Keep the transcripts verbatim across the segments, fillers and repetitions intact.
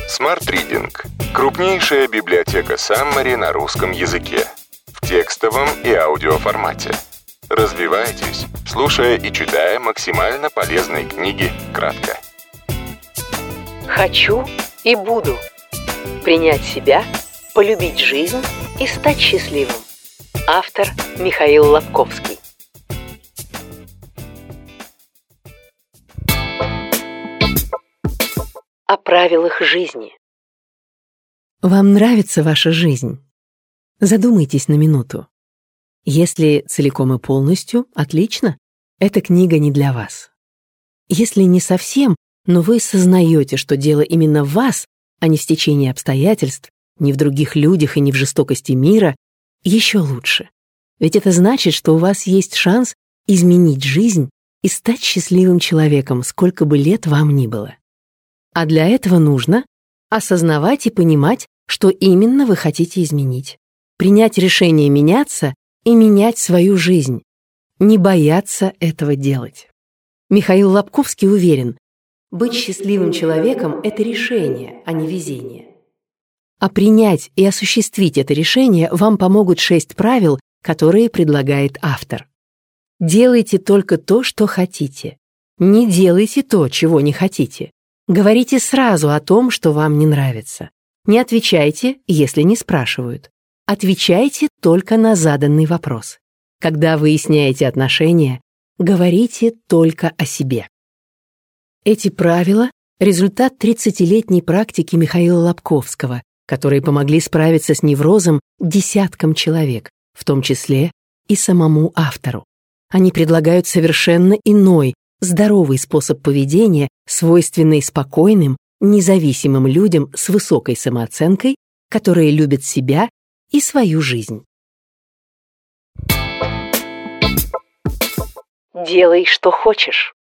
Smart Reading – крупнейшая библиотека Summary на русском языке в текстовом и аудиоформате. Развивайтесь, слушая и читая максимально полезные книги кратко. Хочу и буду. Принять себя, полюбить жизнь и стать счастливым. Автор Михаил Лобковский. О правилах жизни. Вам нравится ваша жизнь? Задумайтесь на минуту. Если целиком и полностью, отлично, эта книга не для вас. Если не совсем, но вы сознаете, что дело именно в вас, а не в стечении обстоятельств, не в других людях и не в жестокости мира, еще лучше. Ведь это значит, что у вас есть шанс изменить жизнь и стать счастливым человеком, сколько бы лет вам ни было. А для этого нужно осознавать и понимать, что именно вы хотите изменить. Принять решение меняться и менять свою жизнь. Не бояться этого делать. Михаил Лобковский уверен, быть счастливым человеком – это решение, а не везение. А принять и осуществить это решение вам помогут шесть правил, которые предлагает автор. Делайте только то, что хотите. Не делайте то, чего не хотите. Говорите сразу о том, что вам не нравится. Не отвечайте, если не спрашивают. Отвечайте только на заданный вопрос. Когда выясняете отношения, говорите только о себе. Эти правила – результат тридцатилетней практики Михаила Лобковского, которые помогли справиться с неврозом десяткам человек, в том числе и самому автору. Они предлагают совершенно иной, здоровый способ поведения, свойственный спокойным, независимым людям с высокой самооценкой, которые любят себя и свою жизнь. Делай, что хочешь.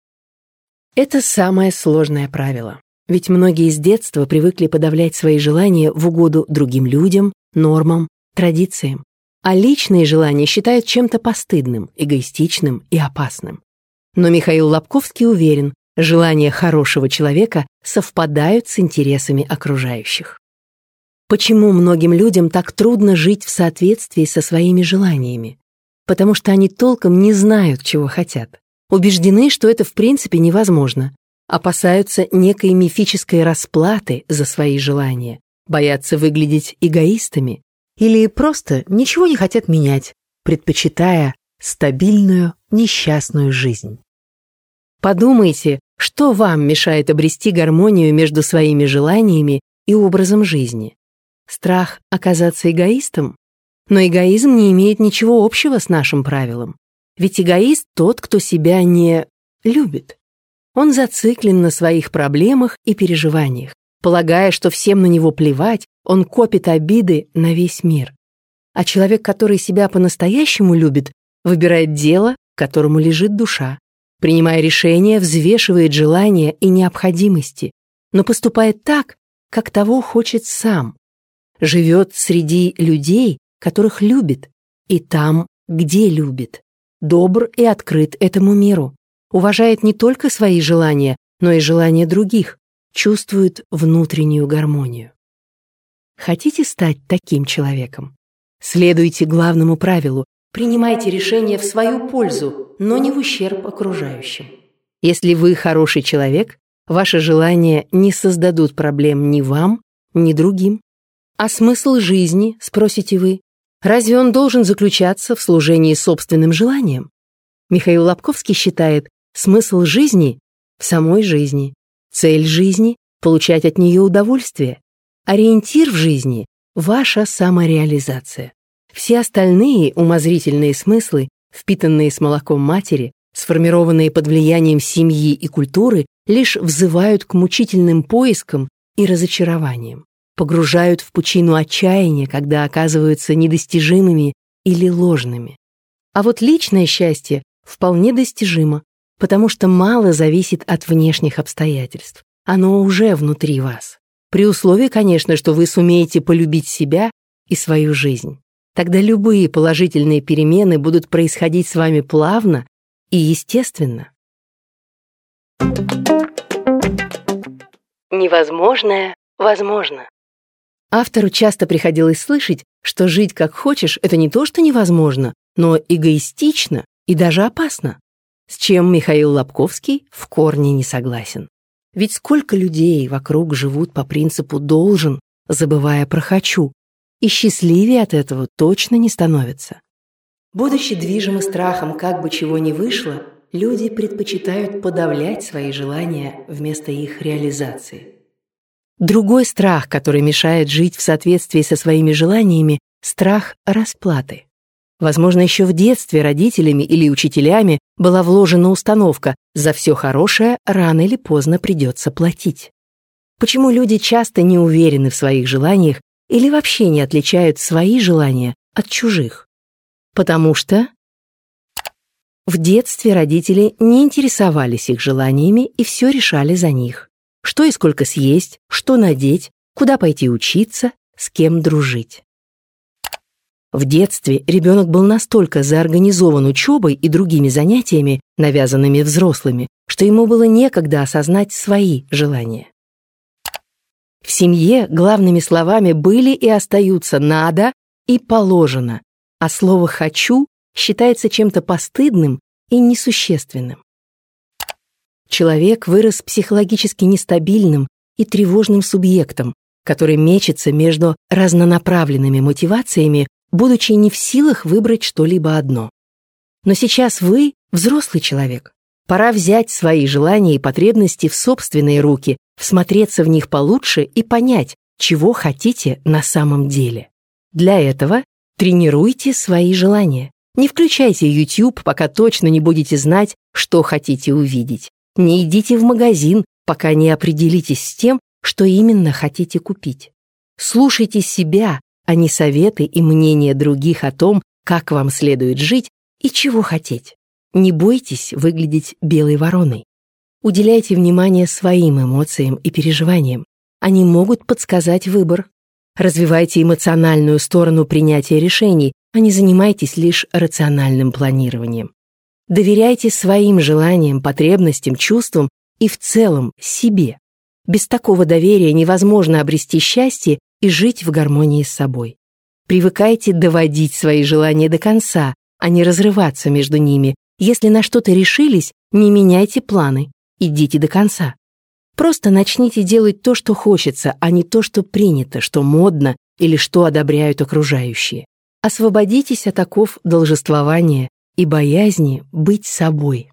Это самое сложное правило. Ведь многие с детства привыкли подавлять свои желания в угоду другим людям, нормам, традициям. А личные желания считают чем-то постыдным, эгоистичным и опасным. Но Михаил Лобковский уверен, желания хорошего человека совпадают с интересами окружающих. Почему многим людям так трудно жить в соответствии со своими желаниями? Потому что они толком не знают, чего хотят. Убеждены, что это в принципе невозможно. Опасаются некой мифической расплаты за свои желания, боятся выглядеть эгоистами или просто ничего не хотят менять, предпочитая стабильную, несчастную жизнь. Подумайте, что вам мешает обрести гармонию между своими желаниями и образом жизни. Страх оказаться эгоистом? Но эгоизм не имеет ничего общего с нашим правилом. Ведь эгоист тот, кто себя не любит. Он зациклен на своих проблемах и переживаниях. Полагая, что всем на него плевать, он копит обиды на весь мир. А человек, который себя по-настоящему любит, выбирает дело, к которому лежит душа. Принимая решения, взвешивает желания и необходимости, но поступает так, как того хочет сам. Живет среди людей, которых любит, и там, где любит. Добр и открыт этому миру. Уважает не только свои желания, но и желания других. Чувствует внутреннюю гармонию. Хотите стать таким человеком? Следуйте главному правилу. Принимайте решения в свою пользу, но не в ущерб окружающим. Если вы хороший человек, ваши желания не создадут проблем ни вам, ни другим. А смысл жизни, спросите вы, разве он должен заключаться в служении собственным желаниям? Михаил Лобковский считает, смысл жизни в самой жизни, цель жизни – получать от нее удовольствие, ориентир в жизни – ваша самореализация. Все остальные умозрительные смыслы, впитанные с молоком матери, сформированные под влиянием семьи и культуры, лишь взывают к мучительным поискам и разочарованиям, погружают в пучину отчаяния, когда оказываются недостижимыми или ложными. А вот личное счастье вполне достижимо, потому что мало зависит от внешних обстоятельств. Оно уже внутри вас. При условии, конечно, что вы сумеете полюбить себя и свою жизнь. Тогда любые положительные перемены будут происходить с вами плавно и естественно. Невозможное возможно. Автору часто приходилось слышать, что жить как хочешь — это не то, что невозможно, но эгоистично и даже опасно. С чем Михаил Лобковский в корне не согласен. Ведь сколько людей вокруг живут по принципу «должен», забывая про «хочу», и счастливее от этого точно не становятся. Будучи движимы страхом, как бы чего ни вышло, люди предпочитают подавлять свои желания вместо их реализации. Другой страх, который мешает жить в соответствии со своими желаниями, страх расплаты. Возможно, еще в детстве родителями или учителями была вложена установка «за все хорошее рано или поздно придется платить». Почему люди часто не уверены в своих желаниях или вообще не отличают свои желания от чужих? Потому что в детстве родители не интересовались их желаниями и все решали за них. Что и сколько съесть, что надеть, куда пойти учиться, с кем дружить. В детстве ребенок был настолько заорганизован учебой и другими занятиями, навязанными взрослыми, что ему было некогда осознать свои желания. В семье главными словами были и остаются «надо» и «положено», а слово «хочу» считается чем-то постыдным и несущественным. Человек вырос психологически нестабильным и тревожным субъектом, который мечется между разнонаправленными мотивациями, будучи не в силах выбрать что-либо одно. Но сейчас вы взрослый человек. Пора взять свои желания и потребности в собственные руки, всмотреться в них получше и понять, чего хотите на самом деле. Для этого тренируйте свои желания. Не включайте YouTube, пока точно не будете знать, что хотите увидеть. Не идите в магазин, пока не определитесь с тем, что именно хотите купить. Слушайте себя, а не советы и мнения других о том, как вам следует жить и чего хотеть. Не бойтесь выглядеть белой вороной. Уделяйте внимание своим эмоциям и переживаниям. Они могут подсказать выбор. Развивайте эмоциональную сторону принятия решений, а не занимайтесь лишь рациональным планированием. Доверяйте своим желаниям, потребностям, чувствам и в целом себе. Без такого доверия невозможно обрести счастье и жить в гармонии с собой. Привыкайте доводить свои желания до конца, а не разрываться между ними. Если на что-то решились, не меняйте планы, идите до конца. Просто начните делать то, что хочется, а не то, что принято, что модно или что одобряют окружающие. Освободитесь от оков должествования и боязни быть собой.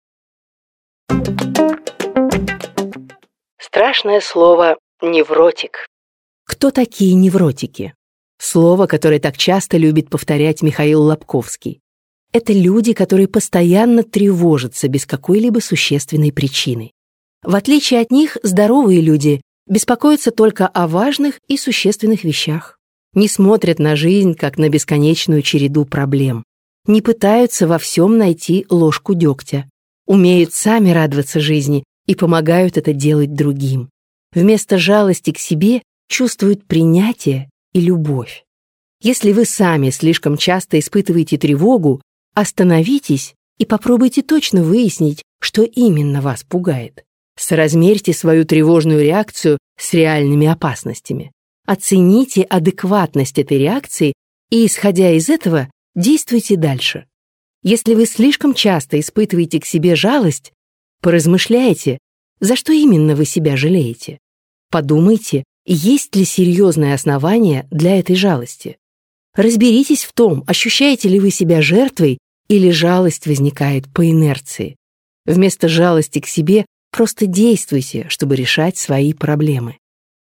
Страшное слово «невротик». Кто такие невротики? Слово, которое так часто любит повторять Михаил Лобковский. Это люди, которые постоянно тревожатся без какой-либо существенной причины. В отличие от них, здоровые люди беспокоятся только о важных и существенных вещах, не смотрят на жизнь как на бесконечную череду проблем, не пытаются во всем найти ложку дегтя, умеют сами радоваться жизни и помогают это делать другим. Вместо жалости к себе чувствуют принятие и любовь. Если вы сами слишком часто испытываете тревогу, остановитесь и попробуйте точно выяснить, что именно вас пугает. Соразмерьте свою тревожную реакцию с реальными опасностями. Оцените адекватность этой реакции и, исходя из этого, действуйте дальше. Если вы слишком часто испытываете к себе жалость, поразмышляйте, за что именно вы себя жалеете. Подумайте, есть ли серьезное основание для этой жалости. Разберитесь в том, ощущаете ли вы себя жертвой или жалость возникает по инерции. Вместо жалости к себе просто действуйте, чтобы решать свои проблемы.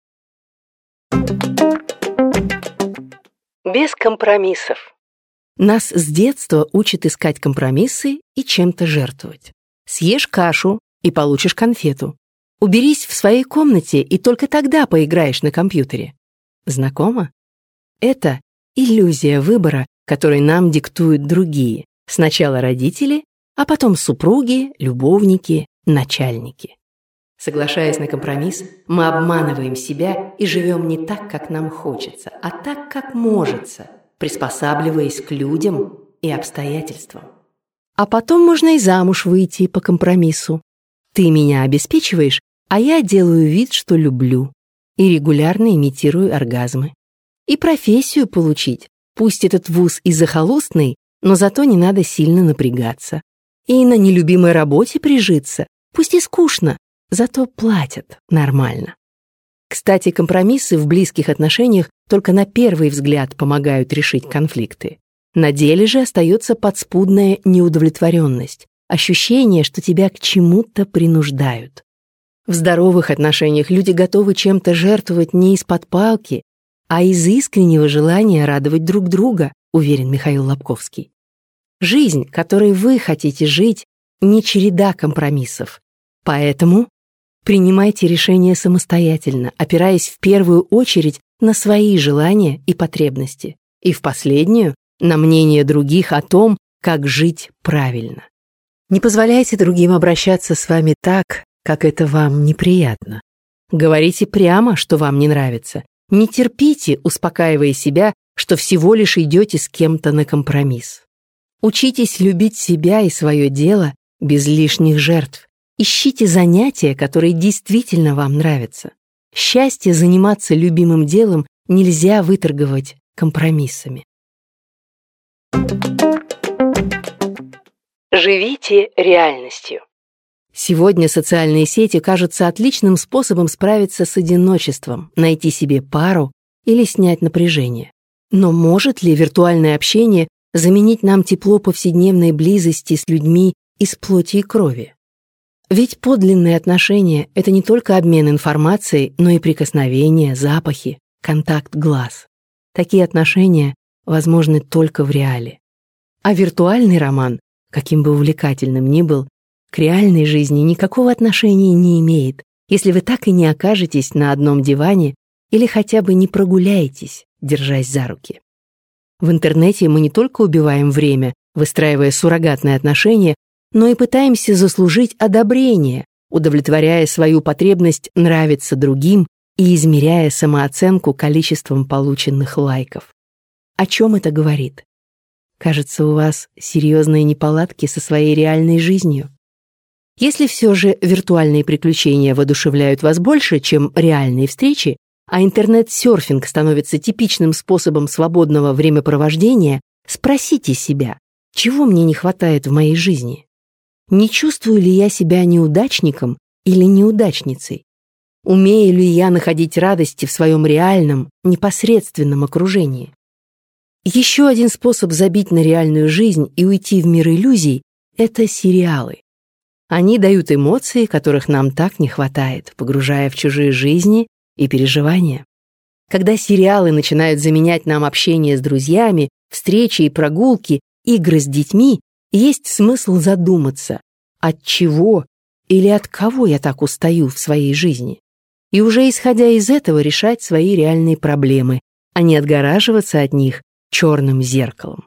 Без компромиссов. Нас с детства учат искать компромиссы и чем-то жертвовать. Съешь кашу и получишь конфету. Уберись в своей комнате, и только тогда поиграешь на компьютере. Знакомо? Это иллюзия выбора, который нам диктуют другие. Сначала родители, а потом супруги, любовники, начальники. Соглашаясь на компромисс, мы обманываем себя и живем не так, как нам хочется, а так, как можется, приспосабливаясь к людям и обстоятельствам. А потом можно и замуж выйти по компромиссу. Ты меня обеспечиваешь, а я делаю вид, что люблю. и регулярно имитирую оргазмы. И профессию получить, пусть этот вуз и захолустный, но зато не надо сильно напрягаться. И на нелюбимой работе прижиться, пусть и скучно, зато платят нормально. Кстати, компромиссы в близких отношениях только на первый взгляд помогают решить конфликты. На деле же остается подспудная неудовлетворенность, ощущение, что тебя к чему-то принуждают. В здоровых отношениях люди готовы чем-то жертвовать не из-под палки, а из искреннего желания радовать друг друга, уверен Михаил Лобковский. Жизнь, которой вы хотите жить, не череда компромиссов. Поэтому принимайте решения самостоятельно, опираясь в первую очередь на свои желания и потребности, и в последнюю — на мнение других о том, как жить правильно. Не позволяйте другим обращаться с вами так, как это вам неприятно. Говорите прямо, что вам не нравится. Не терпите, успокаивая себя, что всего лишь идете с кем-то на компромисс. Учитесь любить себя и свое дело без лишних жертв. Ищите занятия, которые действительно вам нравятся. Счастье заниматься любимым делом нельзя выторговать компромиссами. Живите реальностью. Сегодня социальные сети кажутся отличным способом справиться с одиночеством, найти себе пару или снять напряжение. Но может ли виртуальное общение заменить нам тепло повседневной близости с людьми из плоти и крови? Ведь подлинные отношения — это не только обмен информацией, но и прикосновения, запахи, контакт глаз. Такие отношения возможны только в реале. А виртуальный роман, каким бы увлекательным ни был, к реальной жизни никакого отношения не имеет, если вы так и не окажетесь на одном диване или хотя бы не прогуляетесь, держась за руки. В интернете мы не только убиваем время, выстраивая суррогатные отношения, но и пытаемся заслужить одобрение, удовлетворяя свою потребность нравиться другим и измеряя самооценку количеством полученных лайков. О чем это говорит? Кажется, у вас серьезные неполадки со своей реальной жизнью. Если все же виртуальные приключения воодушевляют вас больше, чем реальные встречи, а интернет-серфинг становится типичным способом свободного времяпровождения, спросите себя, чего мне не хватает в моей жизни? Не чувствую ли я себя неудачником или неудачницей? Умею ли я находить радости в своем реальном, непосредственном окружении? Еще один способ забить на реальную жизнь и уйти в мир иллюзий — это сериалы. Они дают эмоции, которых нам так не хватает, погружая в чужие жизни и переживания. Когда сериалы начинают заменять нам общение с друзьями, встречи и прогулки, игры с детьми, есть смысл задуматься, от чего или от кого я так устаю в своей жизни, и уже исходя из этого решать свои реальные проблемы, а не отгораживаться от них черным зеркалом.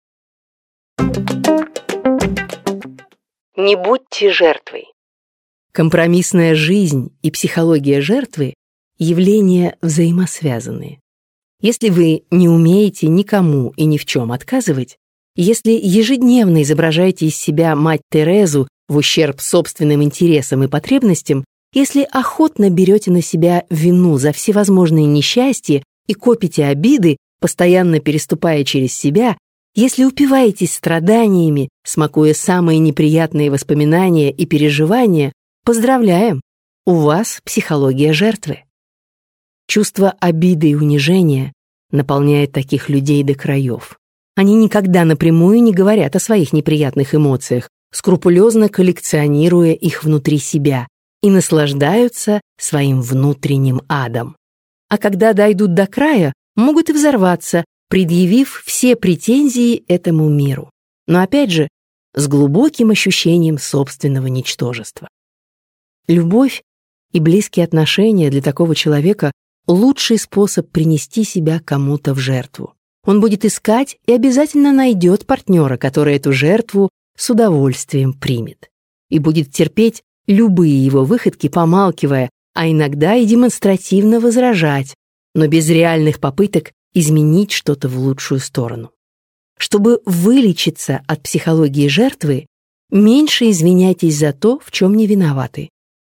Не будьте жертвой. Компромиссная жизнь и психология жертвы — явления взаимосвязанные. Если вы не умеете никому и ни в чем отказывать, если ежедневно изображаете из себя мать Терезу в ущерб собственным интересам и потребностям, если охотно берете на себя вину за всевозможные несчастья и копите обиды, постоянно переступая через себя, если упиваетесь страданиями, смакуя самые неприятные воспоминания и переживания, поздравляем, у вас психология жертвы. Чувство обиды и унижения наполняет таких людей до краев. Они никогда напрямую не говорят о своих неприятных эмоциях, скрупулезно коллекционируя их внутри себя, и наслаждаются своим внутренним адом. А когда дойдут до края, могут и взорваться, предъявив все претензии этому миру. Но опять же, с глубоким ощущением собственного ничтожества. Любовь и близкие отношения для такого человека — лучший способ принести себя кому-то в жертву. Он будет искать и обязательно найдет партнера, который эту жертву с удовольствием примет. И будет терпеть любые его выходки, помалкивая, а иногда и демонстративно возражать, но без реальных попыток изменить что-то в лучшую сторону. Чтобы вылечиться от психологии жертвы, меньше извиняйтесь за то, в чем не виноваты.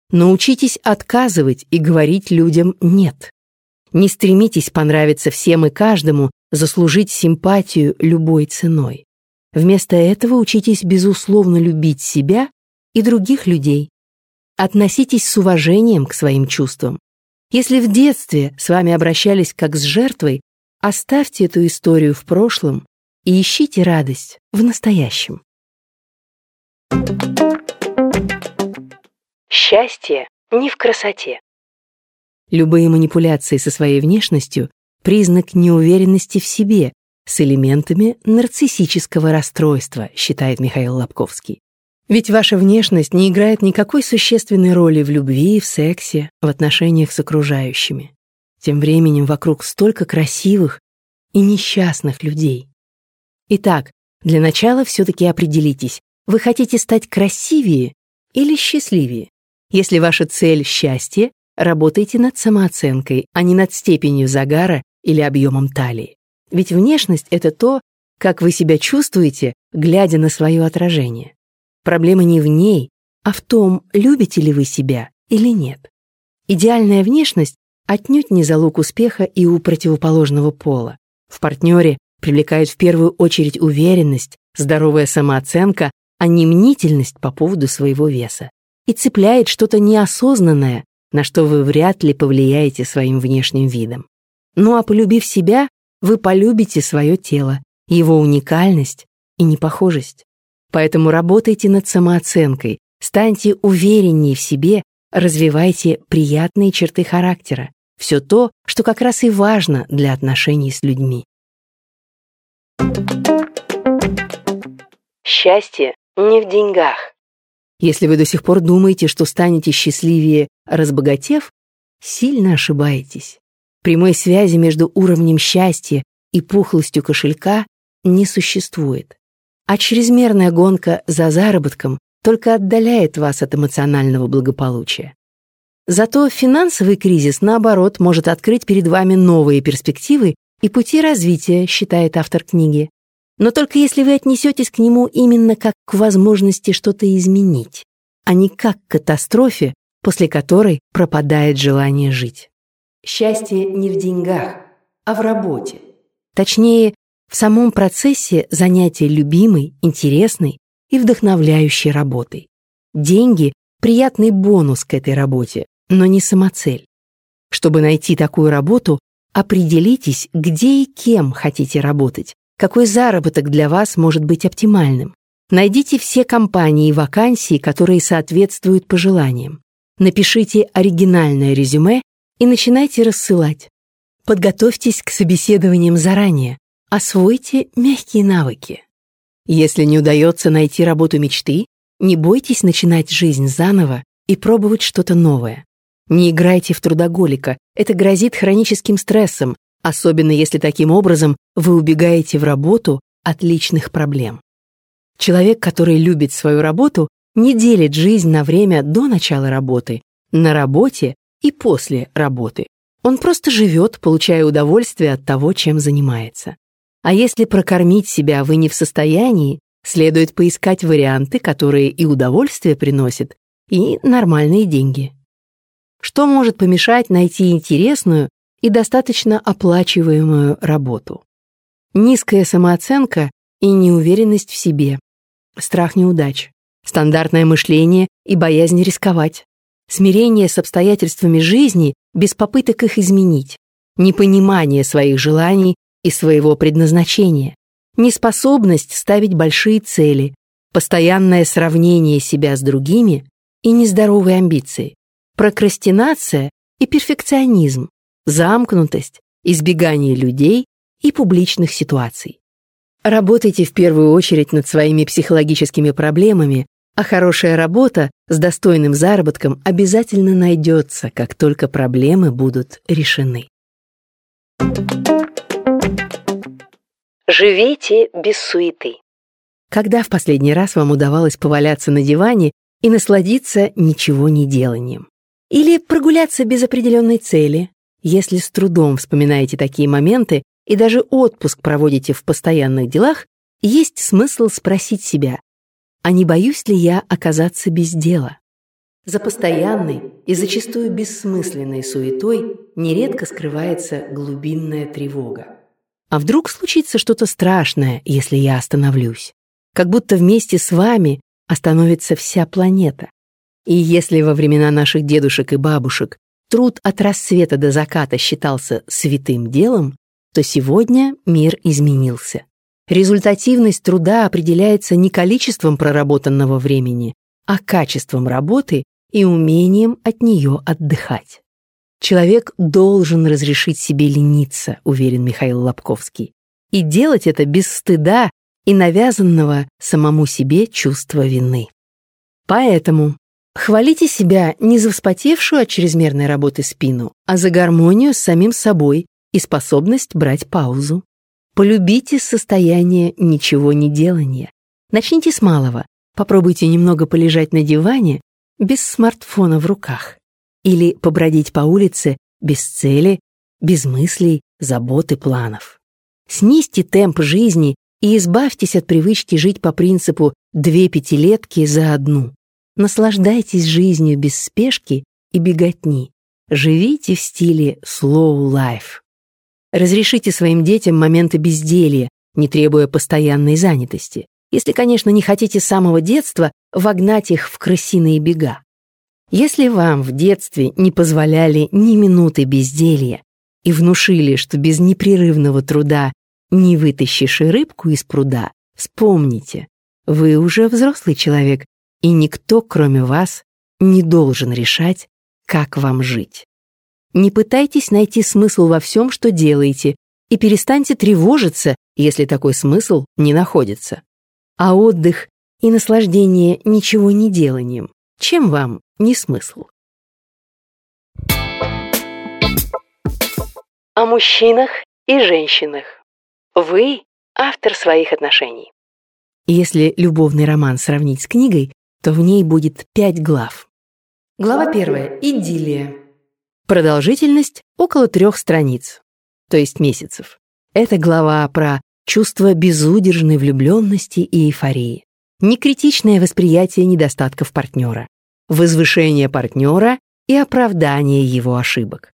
Научитесь отказывать и говорить людям «нет». Не стремитесь понравиться всем и каждому, заслужить симпатию любой ценой. Вместо этого учитесь безусловно любить себя и других людей. Относитесь с уважением к своим чувствам. Если в детстве с вами обращались как с жертвой, оставьте эту историю в прошлом и ищите радость в настоящем. Счастье не в красоте. Любые манипуляции со своей внешностью – признак неуверенности в себе с элементами нарциссического расстройства, считает Михаил Лобковский. Ведь ваша внешность не играет никакой существенной роли в любви, в сексе, в отношениях с окружающими. Тем временем вокруг столько красивых и несчастных людей. Итак, для начала все-таки определитесь, вы хотите стать красивее или счастливее? Если ваша цель – счастье, работайте над самооценкой, а не над степенью загара или объемом талии. Ведь внешность – это то, как вы себя чувствуете, глядя на свое отражение. Проблема не в ней, а в том, любите ли вы себя или нет. Идеальная внешность отнюдь не залог успеха и у противоположного пола. В партнере привлекают в первую очередь уверенность, здоровая самооценка, а не мнительность по поводу своего веса. И цепляет что-то неосознанное, на что вы вряд ли повлияете своим внешним видом. Ну а полюбив себя, вы полюбите свое тело, его уникальность и непохожесть. Поэтому работайте над самооценкой, станьте увереннее в себе, развивайте приятные черты характера. Все то, что как раз и важно для отношений с людьми. Счастье не в деньгах. Если вы до сих пор думаете, что станете счастливее, разбогатев, сильно ошибаетесь. Прямой связи между уровнем счастья и пухлостью кошелька не существует. А чрезмерная гонка за заработком только отдаляет вас от эмоционального благополучия. Зато финансовый кризис, наоборот, может открыть перед вами новые перспективы и пути развития, считает автор книги. Но только если вы отнесетесь к нему именно как к возможности что-то изменить, а не как к катастрофе, после которой пропадает желание жить. Счастье не в деньгах, а в работе. Точнее, в самом процессе занятия любимой, интересной и вдохновляющей работой. Деньги – приятный бонус к этой работе, но не самоцель. Чтобы найти такую работу, определитесь, где и кем хотите работать, какой заработок для вас может быть оптимальным. Найдите все компании и вакансии, которые соответствуют пожеланиям. Напишите оригинальное резюме и начинайте рассылать. Подготовьтесь к собеседованиям заранее. Освойте мягкие навыки. Если не удается найти работу мечты, не бойтесь начинать жизнь заново и пробовать что-то новое. Не играйте в трудоголика, это грозит хроническим стрессом, особенно если таким образом вы убегаете в работу от личных проблем. Человек, который любит свою работу, не делит жизнь на время до начала работы, на работе и после работы. Он просто живет, получая удовольствие от того, чем занимается. А если прокормить себя вы не в состоянии, следует поискать варианты, которые и удовольствие приносят, и нормальные деньги. Что может помешать найти интересную и достаточно оплачиваемую работу? Низкая самооценка и неуверенность в себе, страх неудач, стандартное мышление и боязнь рисковать, смирение с обстоятельствами жизни без попыток их изменить, непонимание своих желаний и своего предназначения, неспособность ставить большие цели, постоянное сравнение себя с другими и нездоровые амбиции, прокрастинация и перфекционизм, замкнутость, избегание людей и публичных ситуаций. Работайте в первую очередь над своими психологическими проблемами, а хорошая работа с достойным заработком обязательно найдется, как только проблемы будут решены. Живите без суеты. Когда в последний раз вам удавалось поваляться на диване и насладиться ничего не деланием? Или прогуляться без определенной цели? Если с трудом вспоминаете такие моменты и даже отпуск проводите в постоянных делах, есть смысл спросить себя, а не боюсь ли я оказаться без дела? За постоянной и зачастую бессмысленной суетой нередко скрывается глубинная тревога. А вдруг случится что-то страшное, если я остановлюсь? Как будто вместе с вами остановится вся планета. И если во времена наших дедушек и бабушек труд от рассвета до заката считался святым делом, то сегодня мир изменился. Результативность труда определяется не количеством проработанного времени, а качеством работы и умением от нее отдыхать. Человек должен разрешить себе лениться, уверен Михаил Лобковский, и делать это без стыда и навязанного самому себе чувства вины. Поэтому хвалите себя не за вспотевшую от чрезмерной работы спину, а за гармонию с самим собой и способность брать паузу. Полюбите состояние ничего не делания. Начните с малого. Попробуйте немного полежать на диване без смартфона в руках. Или побродить по улице без цели, без мыслей, забот и планов. Снизьте темп жизни и избавьтесь от привычки жить по принципу «две пятилетки за одну». Наслаждайтесь жизнью без спешки и беготни. Живите в стиле slow life. Разрешите своим детям моменты безделья, не требуя постоянной занятости. Если, конечно, не хотите с самого детства вогнать их в крысиные бега. Если вам в детстве не позволяли ни минуты безделья и внушили, что без непрерывного труда не вытащишь и рыбку из пруда, вспомните, вы уже взрослый человек, и никто, кроме вас, не должен решать, как вам жить. Не пытайтесь найти смысл во всем, что делаете, и перестаньте тревожиться, если такой смысл не находится. А отдых и наслаждение ничего не деланием, чем вам не смысл? О мужчинах и женщинах. Вы автор своих отношений. Если любовный роман сравнить с книгой, то в ней будет пять глав. Глава первая. Идиллия. Продолжительность около трех страниц, то есть месяцев. Это глава про чувство безудержной влюбленности и эйфории, некритичное восприятие недостатков партнера, возвышение партнера и оправдание его ошибок.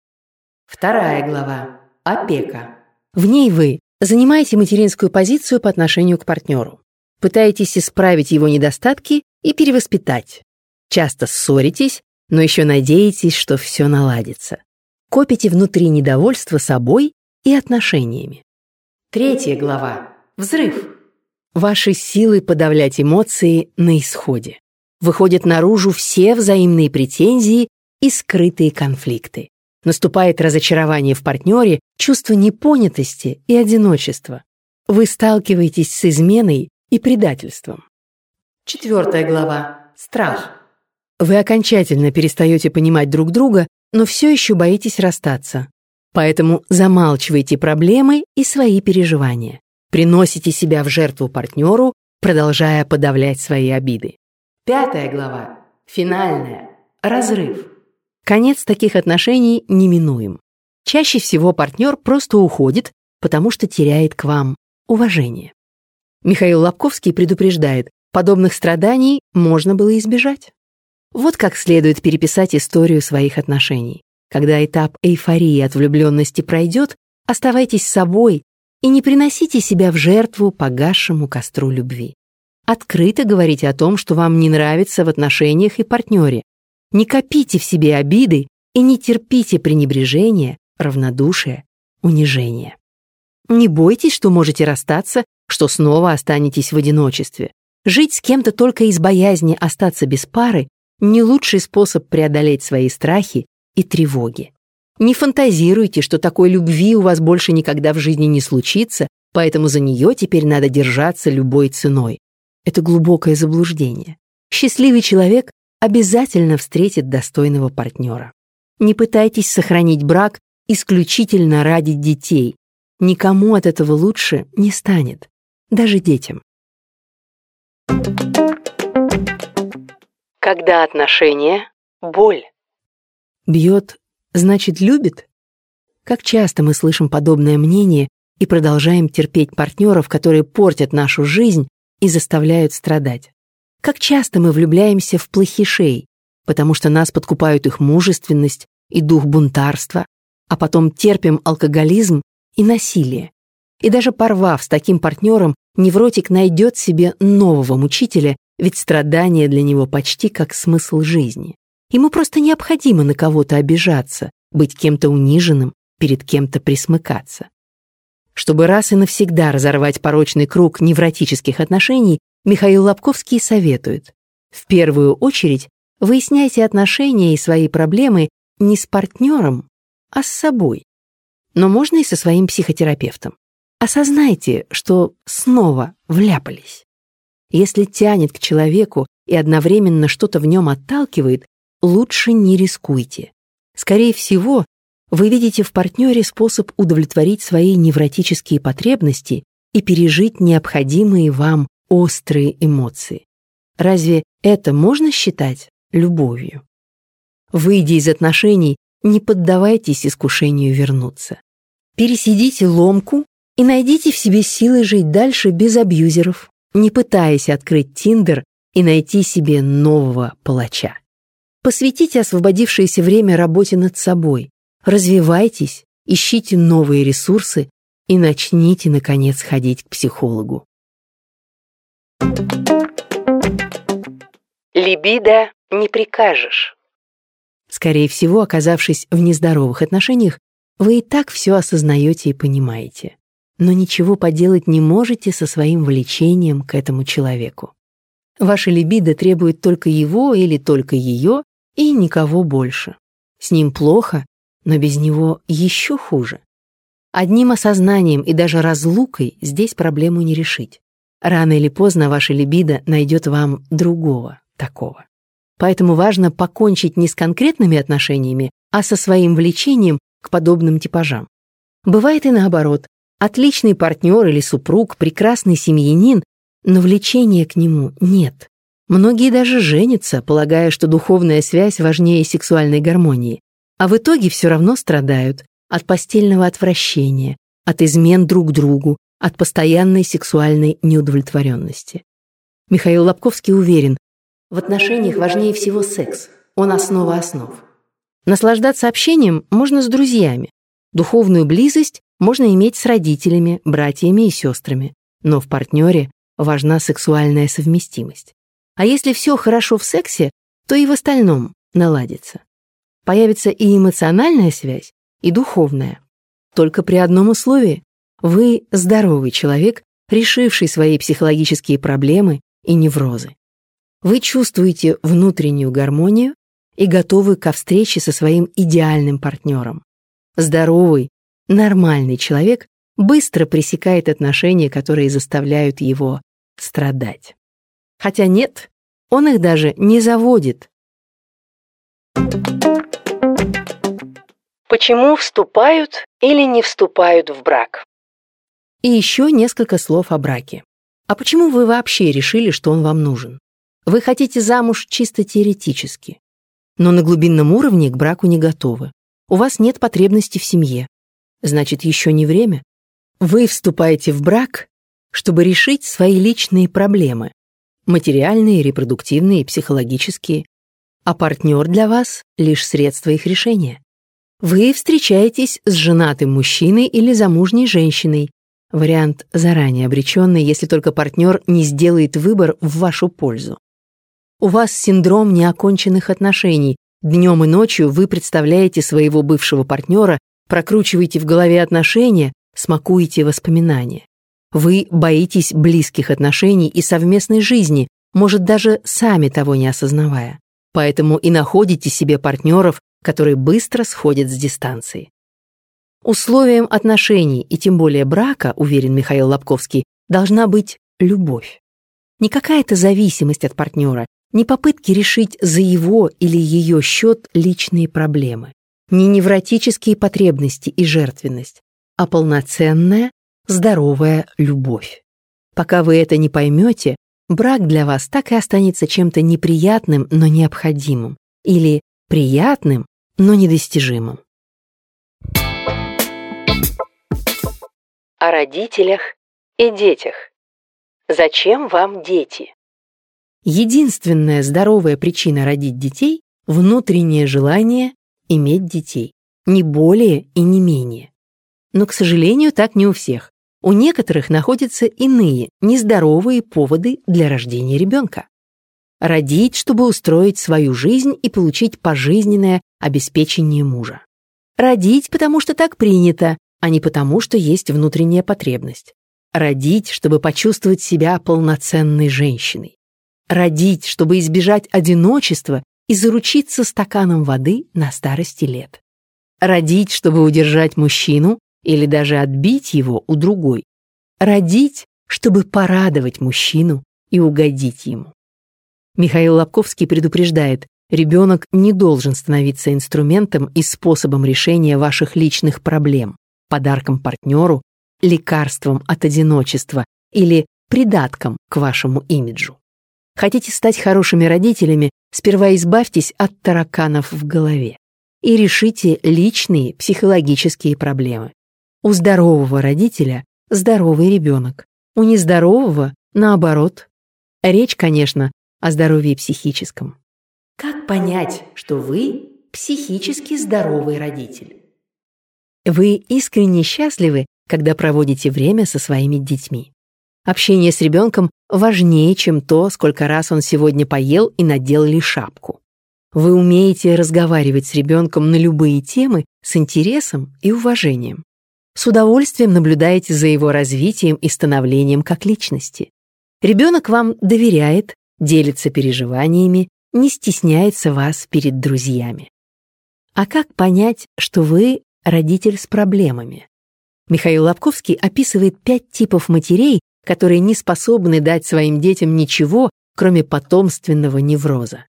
Вторая глава. Опека. В ней вы занимаете материнскую позицию по отношению к партнеру, пытаетесь исправить его недостатки и перевоспитать. Часто ссоритесь, но еще надеетесь, что все наладится. Копите внутри недовольство собой и отношениями. Третья глава. Взрыв. Ваши силы подавлять эмоции на исходе. Выходят наружу все взаимные претензии и скрытые конфликты. Наступает разочарование в партнере, чувство непонятости и одиночества. Вы сталкиваетесь с изменой и предательством. Четвертая глава. Страх. Вы окончательно перестаете понимать друг друга, но все еще боитесь расстаться. Поэтому замалчивайте проблемы и свои переживания. Приносите себя в жертву партнеру, продолжая подавлять свои обиды. Пятая глава. Финальная. Разрыв. Конец таких отношений неминуем. Чаще всего партнер просто уходит, потому что теряет к вам уважение. Михаил Лобковский предупреждает, подобных страданий можно было избежать. Вот как следует переписать историю своих отношений. Когда этап эйфории от влюбленности пройдет, оставайтесь собой и не приносите себя в жертву погасшему костру любви. Открыто говорите о том, что вам не нравится в отношениях и партнере. Не копите в себе обиды и не терпите пренебрежения, равнодушия, унижения. Не бойтесь, что можете расстаться, что снова останетесь в одиночестве. Жить с кем-то только из боязни остаться без пары – не лучший способ преодолеть свои страхи и тревоги. Не фантазируйте, что такой любви у вас больше никогда в жизни не случится, поэтому за нее теперь надо держаться любой ценой. Это глубокое заблуждение. Счастливый человек обязательно встретит достойного партнера. Не пытайтесь сохранить брак исключительно ради детей. Никому от этого лучше не станет, даже детям. Когда отношения – боль. Бьет, значит, любит? Как часто мы слышим подобное мнение и продолжаем терпеть партнеров, которые портят нашу жизнь и заставляют страдать? Как часто мы влюбляемся в плохишей, потому что нас подкупают их мужественность и дух бунтарства, а потом терпим алкоголизм и насилие. И даже порвав с таким партнером, невротик найдет себе нового мучителя, ведь страдание для него почти как смысл жизни. Ему просто необходимо на кого-то обижаться, быть кем-то униженным, перед кем-то присмыкаться. Чтобы раз и навсегда разорвать порочный круг невротических отношений, Михаил Лобковский советует: в первую очередь выясняйте отношения и свои проблемы не с партнером, а с собой. Но можно и со своим психотерапевтом. Осознайте, что снова вляпались. Если тянет к человеку и одновременно что-то в нем отталкивает, лучше не рискуйте. Скорее всего, вы видите в партнере способ удовлетворить свои невротические потребности и пережить необходимые вам острые эмоции. Разве это можно считать любовью? Выйдя из отношений, не поддавайтесь искушению вернуться. Пересидите ломку и найдите в себе силы жить дальше без абьюзеров, не пытаясь открыть Тиндер и найти себе нового палача. Посвятите освободившееся время работе над собой, развивайтесь, ищите новые ресурсы и начните, наконец, ходить к психологу. Либидо не прикажешь. Скорее всего, оказавшись в нездоровых отношениях, вы и так все осознаете и понимаете, но ничего поделать не можете со своим влечением к этому человеку. Ваше либидо требует только его или только ее и никого больше. С ним плохо, но без него еще хуже. Одним осознанием и даже разлукой здесь проблему не решить. Рано или поздно ваше либидо найдет вам другого такого. Поэтому важно покончить не с конкретными отношениями, а со своим влечением к подобным типажам. Бывает и наоборот. Отличный партнер или супруг, прекрасный семьянин, но влечения к нему нет. Многие даже женятся, полагая, что духовная связь важнее сексуальной гармонии, а в итоге все равно страдают от постельного отвращения, от измен друг другу, от постоянной сексуальной неудовлетворенности. Михаил Лобковский уверен, в отношениях важнее всего секс, он основа основ. Наслаждаться общением можно с друзьями, духовную близость можно иметь с родителями, братьями и сестрами, но в партнере важна сексуальная совместимость. А если все хорошо в сексе, то и в остальном наладится. Появится и эмоциональная связь, и духовная. Только при одном условии – вы здоровый человек, решивший свои психологические проблемы и неврозы. Вы чувствуете внутреннюю гармонию и готовы ко встрече со своим идеальным партнером. Здоровый, нормальный человек быстро пресекает отношения, которые заставляют его страдать. Хотя нет, он их даже не заводит. Почему вступают или не вступают в брак? И еще несколько слов о браке. А почему вы вообще решили, что он вам нужен? Вы хотите замуж чисто теоретически, но на глубинном уровне к браку не готовы. У вас нет потребности в семье. Значит, еще не время. Вы вступаете в брак, чтобы решить свои личные проблемы, материальные, репродуктивные, психологические, а партнер для вас — лишь средство их решения. Вы встречаетесь с женатым мужчиной или замужней женщиной, вариант заранее обреченный, если только партнер не сделает выбор в вашу пользу. У вас синдром неоконченных отношений. Днем и ночью вы представляете своего бывшего партнера, прокручиваете в голове отношения, смакуете воспоминания. Вы боитесь близких отношений и совместной жизни, может, даже сами того не осознавая. Поэтому и находите себе партнеров, которые быстро сходят с дистанции. Условием отношений и тем более брака, уверен Михаил Лобковский, должна быть любовь. Не какая-то зависимость от партнера, не попытки решить за его или ее счет личные проблемы, не невротические потребности и жертвенность, а полноценная, здоровая любовь. Пока вы это не поймете, брак для вас так и останется чем-то неприятным, но необходимым, или приятным, но недостижимым. О родителях и детях. Зачем вам дети? Единственная здоровая причина родить детей внутреннее желание иметь детей, не более и не менее. Но, к сожалению, так не у всех. У некоторых находятся иные, нездоровые поводы для рождения ребенка. Родить, чтобы устроить свою жизнь и получить пожизненное обеспечение мужа. Родить, потому что так принято, а не потому, что есть внутренняя потребность. Родить, чтобы почувствовать себя полноценной женщиной. Родить, чтобы избежать одиночества и заручиться стаканом воды на старости лет. Родить, чтобы удержать мужчину или даже отбить его у другой. Родить, чтобы порадовать мужчину и угодить ему. Михаил Лабковский предупреждает, ребенок не должен становиться инструментом и способом решения ваших личных проблем, подарком партнеру, лекарством от одиночества или придатком к вашему имиджу. Хотите стать хорошими родителями, сперва избавьтесь от тараканов в голове и решите личные психологические проблемы. У здорового родителя здоровый ребенок, у нездорового – наоборот. Речь, конечно, о здоровье психическом. Как понять, что вы психически здоровый родитель? Вы искренне счастливы, когда проводите время со своими детьми. Общение с ребенком важнее, чем то, сколько раз он сегодня поел и надел ли шапку. Вы умеете разговаривать с ребенком на любые темы с интересом и уважением. С удовольствием наблюдаете за его развитием и становлением как личности. Ребенок вам доверяет, делится переживаниями, не стесняется вас перед друзьями. А как понять, что вы родитель с проблемами? Михаил Лабковский описывает пять типов матерей, которые не способны дать своим детям ничего, кроме потомственного невроза.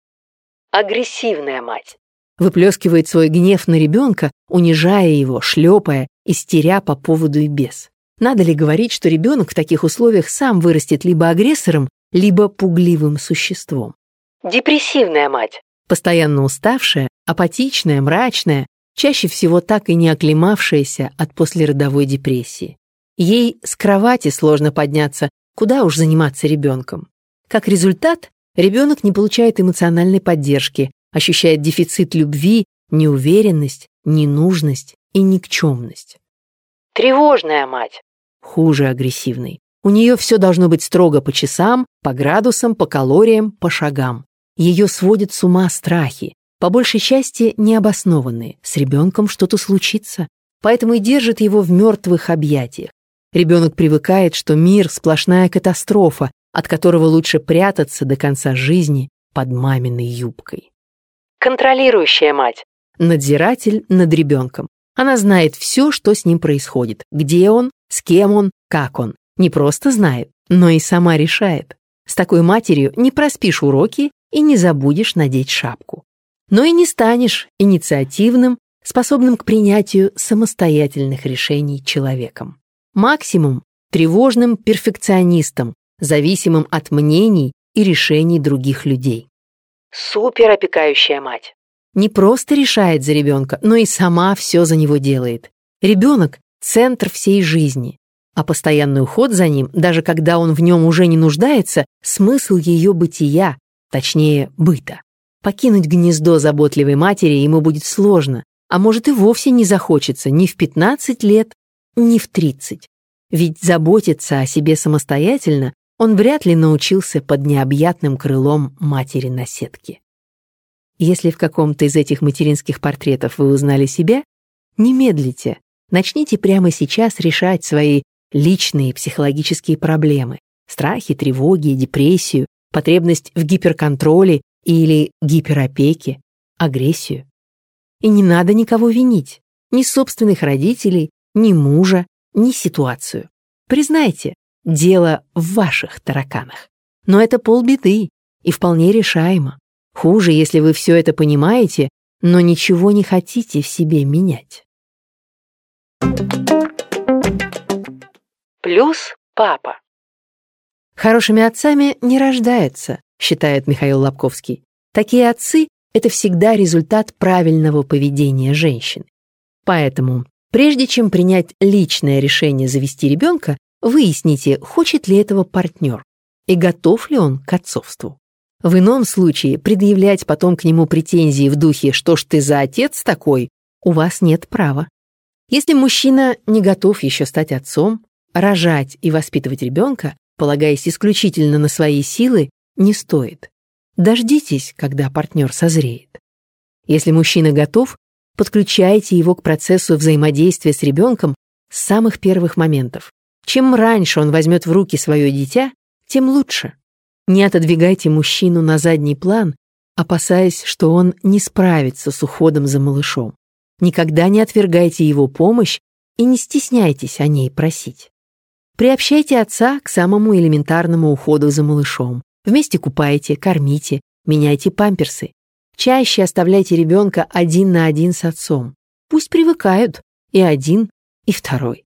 Агрессивная мать. Выплескивает свой гнев на ребенка, унижая его, шлепая, истеря по поводу и без. Надо ли говорить, что ребенок в таких условиях сам вырастет либо агрессором, либо пугливым существом? Депрессивная мать. Постоянно уставшая, апатичная, мрачная, чаще всего так и не оклемавшаяся от послеродовой депрессии. Ей с кровати сложно подняться, куда уж заниматься ребенком. Как результат, ребенок не получает эмоциональной поддержки, ощущает дефицит любви, неуверенность, ненужность и никчемность. Тревожная мать. Хуже агрессивной. У нее все должно быть строго по часам, по градусам, по калориям, по шагам. Ее сводят с ума страхи, по большей части необоснованные. С ребенком что-то случится, поэтому и держит его в мертвых объятиях. Ребенок привыкает, что мир — сплошная катастрофа, от которого лучше прятаться до конца жизни под маминой юбкой. Контролирующая мать. Надзиратель над ребенком. Она знает все, что с ним происходит, где он, с кем он, как он. Не просто знает, но и сама решает. С такой матерью не проспишь уроки и не забудешь надеть шапку. Но и не станешь инициативным, способным к принятию самостоятельных решений человеком. Максимум – тревожным перфекционистом, зависимым от мнений и решений других людей. Суперопекающая мать. Не просто решает за ребенка, но и сама все за него делает. Ребенок – центр всей жизни, а постоянный уход за ним, даже когда он в нем уже не нуждается, смысл ее бытия, точнее, быта. Покинуть гнездо заботливой матери ему будет сложно, а может и вовсе не захочется ни в пятнадцать лет, ни в тридцать. Ведь заботиться о себе самостоятельно он вряд ли научился под необъятным крылом матери-наседки. Если в каком-то из этих материнских портретов вы узнали себя, не медлите, начните прямо сейчас решать свои личные психологические проблемы, страхи, тревоги, депрессию, потребность в гиперконтроле или гиперопеке, агрессию. И не надо никого винить, ни собственных родителей, ни мужа, ни ситуацию. Признайте, дело в ваших тараканах. Но это полбеды и вполне решаемо. Хуже, если вы все это понимаете, но ничего не хотите в себе менять. Плюс папа. Хорошими отцами не рождаются, считает Михаил Лабковский. Такие отцы — это всегда результат правильного поведения женщин. Поэтому, прежде чем принять личное решение завести ребенка, выясните, хочет ли этого партнер и готов ли он к отцовству. В ином случае предъявлять потом к нему претензии в духе «что ж ты за отец такой?» у вас нет права. Если мужчина не готов еще стать отцом, рожать и воспитывать ребенка, полагаясь исключительно на свои силы, не стоит. Дождитесь, когда партнер созреет. Если мужчина готов, подключайте его к процессу взаимодействия с ребенком с самых первых моментов. Чем раньше он возьмет в руки свое дитя, тем лучше. Не отодвигайте мужчину на задний план, опасаясь, что он не справится с уходом за малышом. Никогда не отвергайте его помощь и не стесняйтесь о ней просить. Приобщайте отца к самому элементарному уходу за малышом. Вместе купайте, кормите, меняйте памперсы. Чаще оставляйте ребенка один на один с отцом. Пусть привыкают и один, и второй.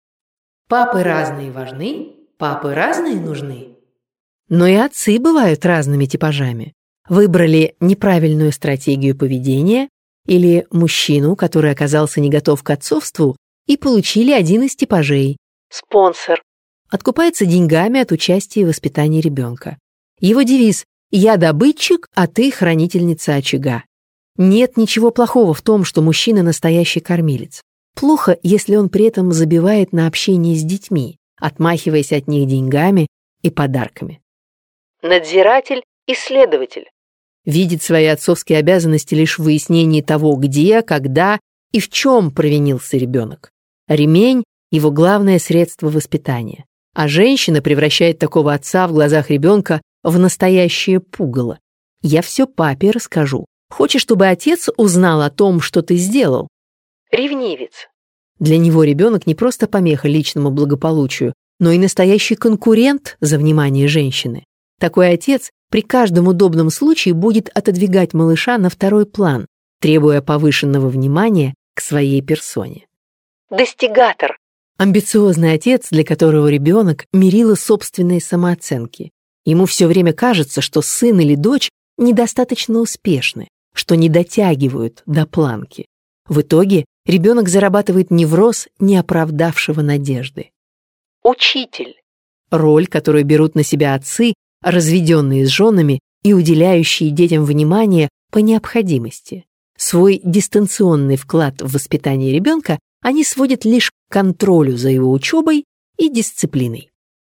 Папы разные важны, папы разные нужны. Но и отцы бывают разными типажами. Выбрали неправильную стратегию поведения или мужчину, который оказался не готов к отцовству, и получили один из типажей. Спонсор. Откупается деньгами от участия в воспитании ребенка. Его девиз «Я добытчик, а ты хранительница очага». Нет ничего плохого в том, что мужчина настоящий кормилец. Плохо, если он при этом забивает на общение с детьми, отмахиваясь от них деньгами и подарками. Надзиратель, исследователь. Видит свои отцовские обязанности лишь в выяснении того, где, когда и в чем провинился ребенок. Ремень – его главное средство воспитания. А женщина превращает такого отца в глазах ребенка в настоящее пугало. «Я все папе расскажу. Хочешь, чтобы отец узнал о том, что ты сделал?» Ревнивец. Для него ребенок не просто помеха личному благополучию, но и настоящий конкурент за внимание женщины. Такой отец при каждом удобном случае будет отодвигать малыша на второй план, требуя повышенного внимания к своей персоне. Достигатор. Амбициозный отец, для которого ребенок – мерило собственной самооценки. Ему все время кажется, что сын или дочь недостаточно успешны, что не дотягивают до планки. В итоге ребенок зарабатывает невроз неоправдавшего надежды. Учитель. Роль, которую берут на себя отцы, разведенные с женами и уделяющие детям внимание по необходимости. Свой дистанционный вклад в воспитание ребенка они сводят лишь к контролю за его учебой и дисциплиной.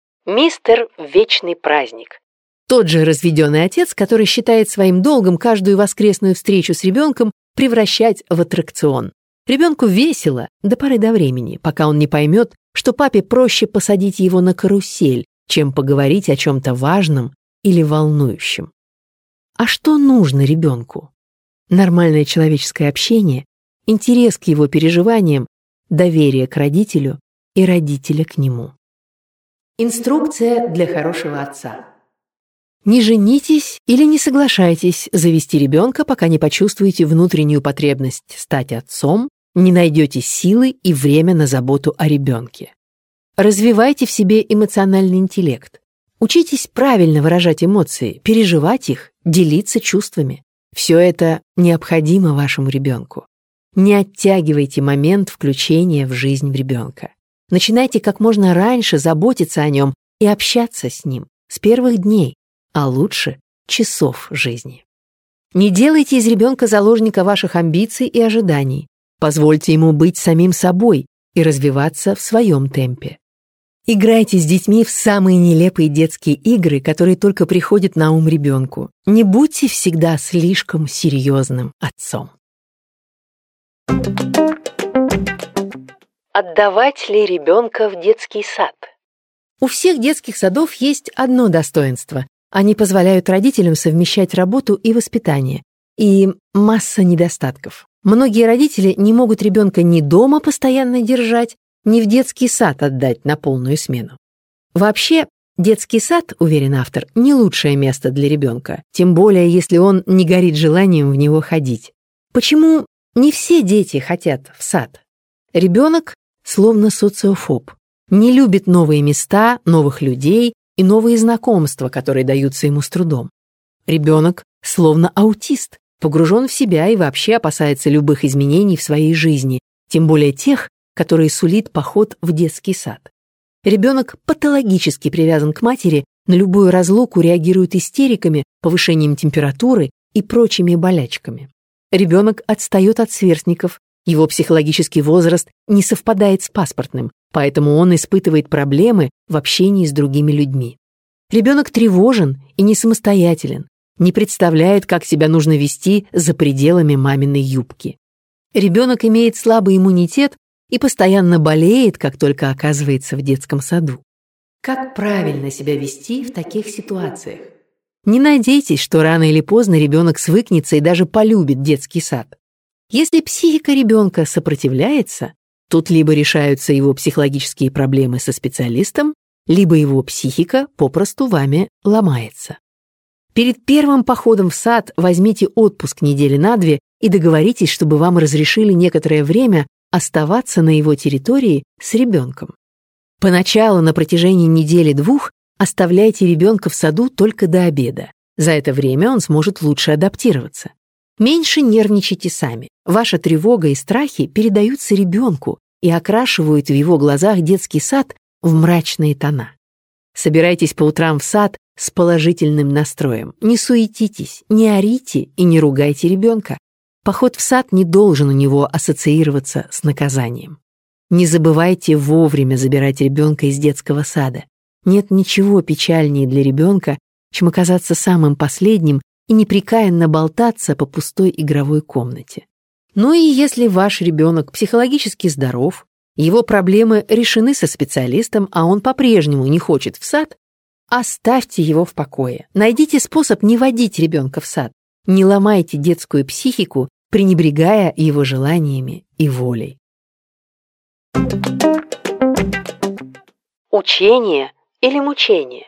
Мистер Вечный праздник. Тот же разведенный отец, который считает своим долгом каждую воскресную встречу с ребенком превращать в аттракцион. Ребенку весело до поры до времени, пока он не поймет, что папе проще посадить его на карусель, чем поговорить о чем-то важном или волнующем. А что нужно ребенку? Нормальное человеческое общение, интерес к его переживаниям, доверие к родителю и родителя к нему. Инструкция для хорошего отца. Не женитесь или не соглашайтесь завести ребенка, пока не почувствуете внутреннюю потребность стать отцом, не найдете силы и время на заботу о ребенке. Развивайте в себе эмоциональный интеллект. Учитесь правильно выражать эмоции, переживать их, делиться чувствами. Все это необходимо вашему ребенку. Не оттягивайте момент включения в жизнь ребенка. Начинайте как можно раньше заботиться о нем и общаться с ним с первых дней, а лучше часов жизни. Не делайте из ребенка заложника ваших амбиций и ожиданий. Позвольте ему быть самим собой и развиваться в своем темпе. Играйте с детьми в самые нелепые детские игры, которые только приходят на ум ребенку. Не будьте всегда слишком серьезным отцом. Отдавать ли ребенка в детский сад? У всех детских садов есть одно достоинство. Они позволяют родителям совмещать работу и воспитание. И масса недостатков. Многие родители не могут ребенка ни дома постоянно держать, ни в детский сад отдать на полную смену. Вообще, детский сад, уверен автор, не лучшее место для ребенка, тем более если он не горит желанием в него ходить. Почему не все дети хотят в сад? Ребенок словно социофоб, не любит новые места, новых людей и новые знакомства, которые даются ему с трудом. Ребенок словно аутист, погружен в себя и вообще опасается любых изменений в своей жизни, тем более тех, которые сулит поход в детский сад. Ребенок патологически привязан к матери На любую разлуку реагируют истериками, повышением температуры и прочими болячками. Ребенок отстает от сверстников, его психологический возраст не совпадает с паспортным, поэтому он испытывает проблемы в общении с другими людьми. Ребенок тревожен и не самостоятелен, не представляет, как себя нужно вести за пределами маминой юбки. Ребенок имеет слабый иммунитет и постоянно болеет, как только оказывается в детском саду. Как правильно себя вести в таких ситуациях? Не надейтесь, что рано или поздно ребенок свыкнется и даже полюбит детский сад. Если психика ребенка сопротивляется, тут либо решаются его психологические проблемы со специалистом, либо его психика попросту вами ломается. Перед первым походом в сад возьмите отпуск недели на две и договоритесь, чтобы вам разрешили некоторое время оставаться на его территории с ребенком. Поначалу на протяжении недели-двух оставляйте ребенка в саду только до обеда. За это время он сможет лучше адаптироваться. Меньше нервничайте сами. Ваша тревога и страхи передаются ребенку и окрашивают в его глазах детский сад в мрачные тона. Собирайтесь по утрам в сад с положительным настроем. Не суетитесь, не орите и не ругайте ребенка. Поход в сад не должен у него ассоциироваться с наказанием. Не забывайте вовремя забирать ребенка из детского сада. Нет ничего печальнее для ребенка, чем оказаться самым последним и непрекаянно болтаться по пустой игровой комнате. Ну и если ваш ребенок психологически здоров, его проблемы решены со специалистом, а он по-прежнему не хочет в сад, оставьте его в покое. Найдите способ не водить ребенка в сад. Не ломайте детскую психику, пренебрегая его желаниями и волей. Учение или мучение?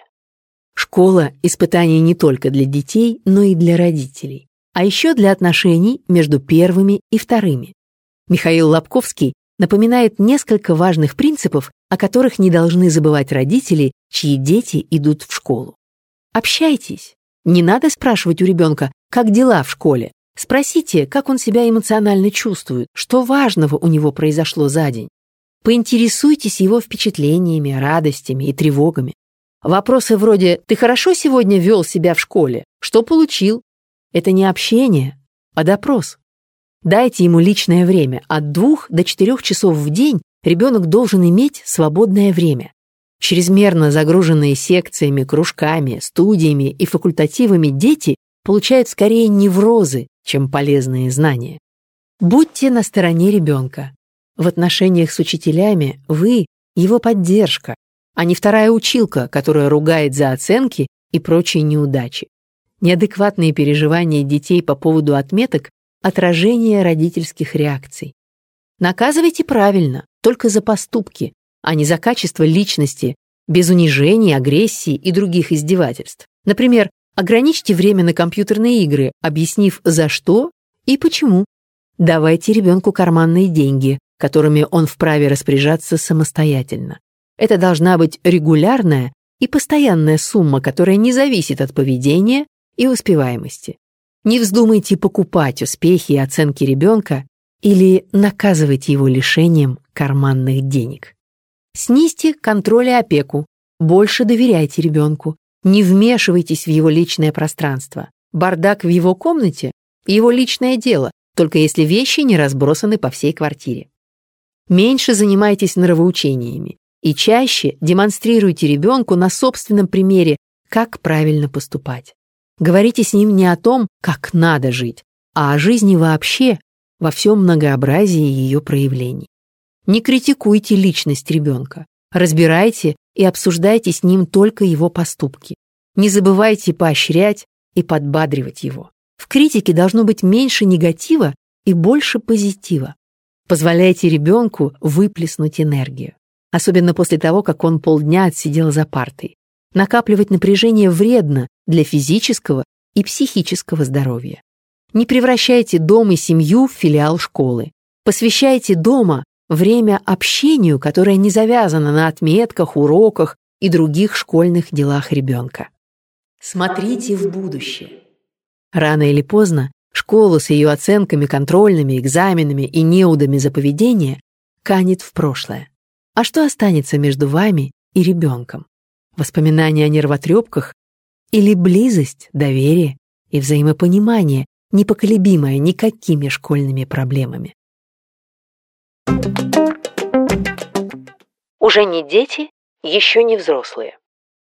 Школа – испытание не только для детей, но и для родителей, а еще для отношений между первыми и вторыми. Михаил Лобковский напоминает несколько важных принципов, о которых не должны забывать родители, чьи дети идут в школу. Общайтесь. Не надо спрашивать у ребенка, как дела в школе. Спросите, как он себя эмоционально чувствует, что важного у него произошло за день. Поинтересуйтесь его впечатлениями, радостями и тревогами. Вопросы вроде «Ты хорошо сегодня вел себя в школе? Что получил?» Это не общение, а допрос. Дайте ему личное время. От двух до четырех часов в день ребенок должен иметь свободное время. Чрезмерно загруженные секциями, кружками, студиями и факультативами дети получают скорее неврозы, чем полезные знания. Будьте на стороне ребенка. В отношениях с учителями вы – его поддержка, а не вторая училка, которая ругает за оценки и прочие неудачи. Неадекватные переживания детей по поводу отметок – отражение родительских реакций. Наказывайте правильно, только за поступки, а не за качество личности, без унижений, агрессии и других издевательств. Например, ограничьте время на компьютерные игры, объяснив за что и почему. Давайте ребенку карманные деньги, которыми он вправе распоряжаться самостоятельно. Это должна быть регулярная и постоянная сумма, которая не зависит от поведения и успеваемости. Не вздумайте покупать успехи и оценки ребенка или наказывайте его лишением карманных денег. Снизьте контроль и опеку, больше доверяйте ребенку, не вмешивайтесь в его личное пространство. Бардак в его комнате – его личное дело, только если вещи не разбросаны по всей квартире. Меньше занимайтесь нравоучениями и чаще демонстрируйте ребенку на собственном примере, как правильно поступать. Говорите с ним не о том, как надо жить, а о жизни вообще, во всем многообразии ее проявлений. Не критикуйте личность ребенка, разбирайте и обсуждайте с ним только его поступки. Не забывайте поощрять и подбадривать его. В критике должно быть меньше негатива и больше позитива. Позволяйте ребенку выплеснуть энергию, особенно после того, как он полдня отсидел за партой. Накапливать напряжение вредно для физического и психического здоровья. Не превращайте дом и семью в филиал школы. Посвящайте дома время общению, которое не завязано на отметках, уроках и других школьных делах ребенка. Смотрите в будущее. Рано или поздно школа с ее оценками, контрольными, экзаменами и неудами за поведение канет в прошлое. А что останется между вами и ребенком? воспоминания о нервотрепках или близость, доверие и взаимопонимание, непоколебимое никакими школьными проблемами. Уже не дети, еще не взрослые.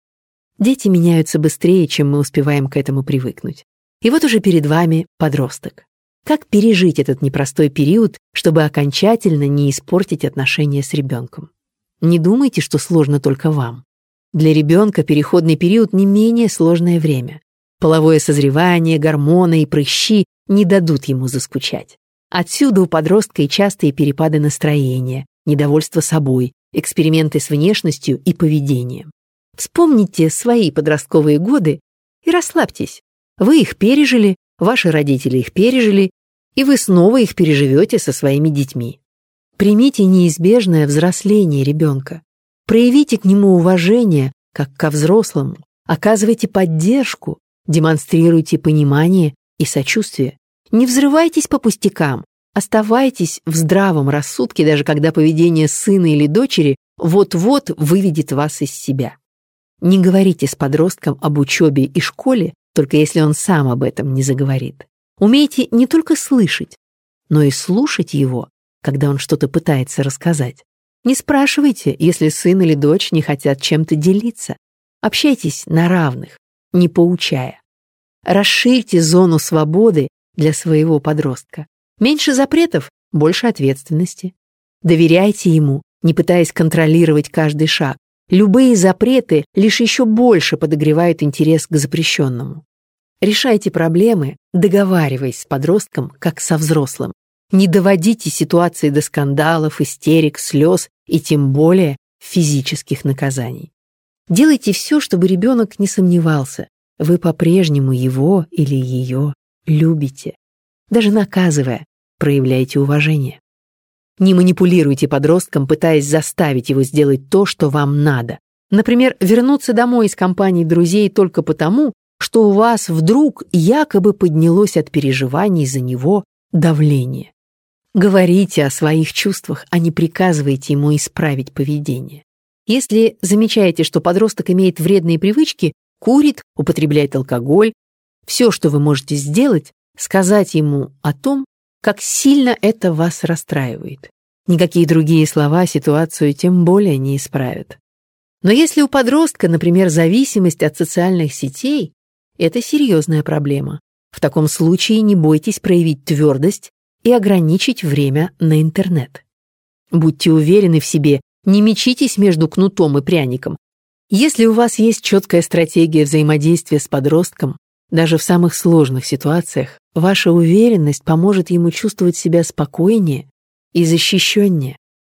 Дети меняются быстрее, чем мы успеваем к этому привыкнуть. И вот уже перед вами подросток. Как пережить этот непростой период, чтобы окончательно не испортить отношения с ребенком? Не думайте, что сложно только вам. Для ребенка переходный период не менее сложное время. Половое созревание, гормоны и прыщи не дадут ему заскучать. Отсюда у подростка и частые перепады настроения, недовольство собой, эксперименты с внешностью и поведением. Вспомните свои подростковые годы и расслабьтесь. Вы их пережили, ваши родители их пережили, и вы снова их переживете со своими детьми. Примите неизбежное взросление ребенка. Проявите к нему уважение, как ко взрослому. Оказывайте поддержку, демонстрируйте понимание и сочувствие. Не взрывайтесь по пустякам. Оставайтесь в здравом рассудке, даже когда поведение сына или дочери вот-вот выведет вас из себя. Не говорите с подростком об учебе и школе, только если он сам об этом не заговорит. Умейте не только слышать, но и слушать его, когда он что-то пытается рассказать. Не спрашивайте, если сын или дочь не хотят чем-то делиться. Общайтесь на равных, не поучая. Расширьте зону свободы для своего подростка. Меньше запретов, больше ответственности. Доверяйте ему, не пытаясь контролировать каждый шаг. Любые запреты лишь еще больше подогревают интерес к запрещенному. Решайте проблемы, договариваясь с подростком, как со взрослым. Не доводите ситуации до скандалов, истерик, слез и тем более физических наказаний. Делайте все, чтобы ребенок не сомневался. Вы по-прежнему его или ее любите. Даже наказывая, проявляйте уважение. Не манипулируйте подростком, пытаясь заставить его сделать то, что вам надо. Например, вернуться домой из компании друзей только потому, что у вас вдруг якобы поднялось от переживаний за него давление. Говорите о своих чувствах, а не приказывайте ему исправить поведение. Если замечаете, что подросток имеет вредные привычки, курит, употребляет алкоголь, все, что вы можете сделать, сказать ему о том, как сильно это вас расстраивает. Никакие другие слова ситуацию тем более не исправят. Но если у подростка, например, зависимость от социальных сетей, это серьезная проблема. В таком случае не бойтесь проявить твердость и ограничить время на интернет. Будьте уверены в себе, не мечитесь между кнутом и пряником. Если у вас есть четкая стратегия взаимодействия с подростком, даже в самых сложных ситуациях, ваша уверенность поможет ему чувствовать себя спокойнее и защищеннее.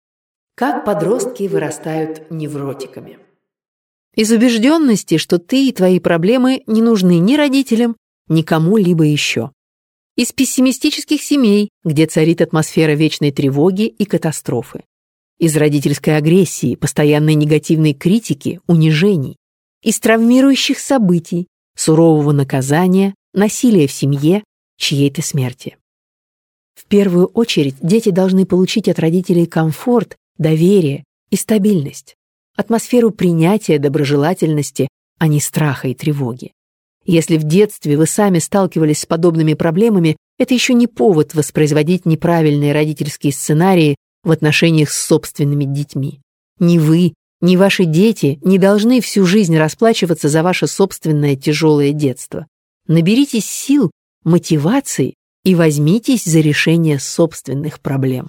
Как подростки вырастают невротиками? Из убежденности, что ты и твои проблемы не нужны ни родителям, ни кому-либо еще. Из пессимистических семей, где царит атмосфера вечной тревоги и катастрофы. Из родительской агрессии, постоянной негативной критики, унижений. Из травмирующих событий, сурового наказания, насилия в семье, чьей-то смерти. В первую очередь дети должны получить от родителей комфорт, доверие и стабильность, атмосферу принятия, доброжелательности, а не страха и тревоги. Если в детстве вы сами сталкивались с подобными проблемами, это еще не повод воспроизводить неправильные родительские сценарии в отношениях с собственными детьми. Ни вы, ни ваши дети не должны всю жизнь расплачиваться за ваше собственное тяжелое детство. Наберитесь сил, мотивации и возьмитесь за решение собственных проблем.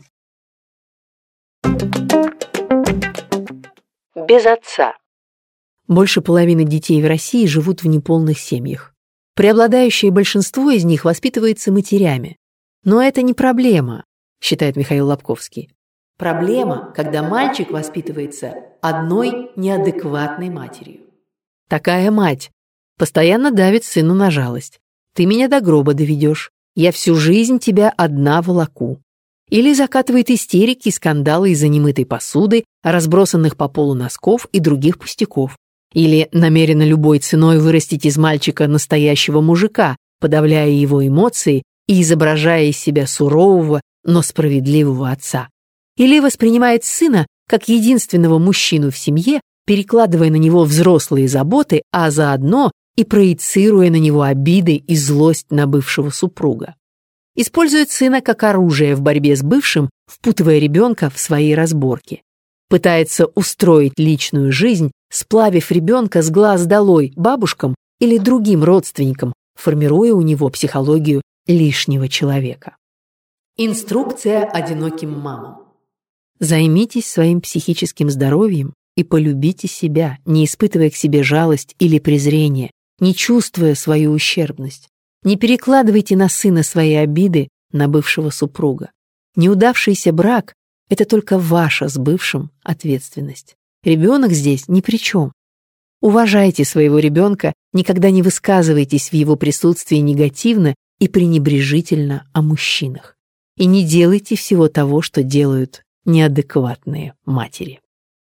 Без отца. Больше половины детей в России живут в неполных семьях. Преобладающее большинство из них воспитывается матерями. Но это не проблема, считает Михаил Лобковский. Проблема, когда мальчик воспитывается одной неадекватной матерью. Такая мать постоянно давит сыну на жалость. «Ты меня до гроба доведешь. Я всю жизнь тебя одна волоку». Или закатывает истерики и скандалы из-за немытой посуды, разбросанных по полу носков и других пустяков. Или намерена любой ценой вырастить из мальчика настоящего мужика, подавляя его эмоции и изображая из себя сурового, но справедливого отца. Или воспринимает сына как единственного мужчину в семье, перекладывая на него взрослые заботы, а заодно и проецируя на него обиды и злость на бывшего супруга. Использует сына как оружие в борьбе с бывшим, впутывая ребенка в свои разборки. Пытается устроить личную жизнь, сплавив ребенка с глаз долой бабушкам или другим родственникам, формируя у него психологию лишнего человека. Инструкция одиноким мамам. Займитесь своим психическим здоровьем и полюбите себя, не испытывая к себе жалость или презрение, не чувствуя свою ущербность. Не перекладывайте на сына свои обиды на бывшего супруга. Неудавшийся брак – это только ваша с бывшим ответственность. Ребенок здесь ни при чем. Уважайте своего ребенка, никогда не высказывайтесь в его присутствии негативно и пренебрежительно о мужчинах. И не делайте всего того, что делают неадекватные матери.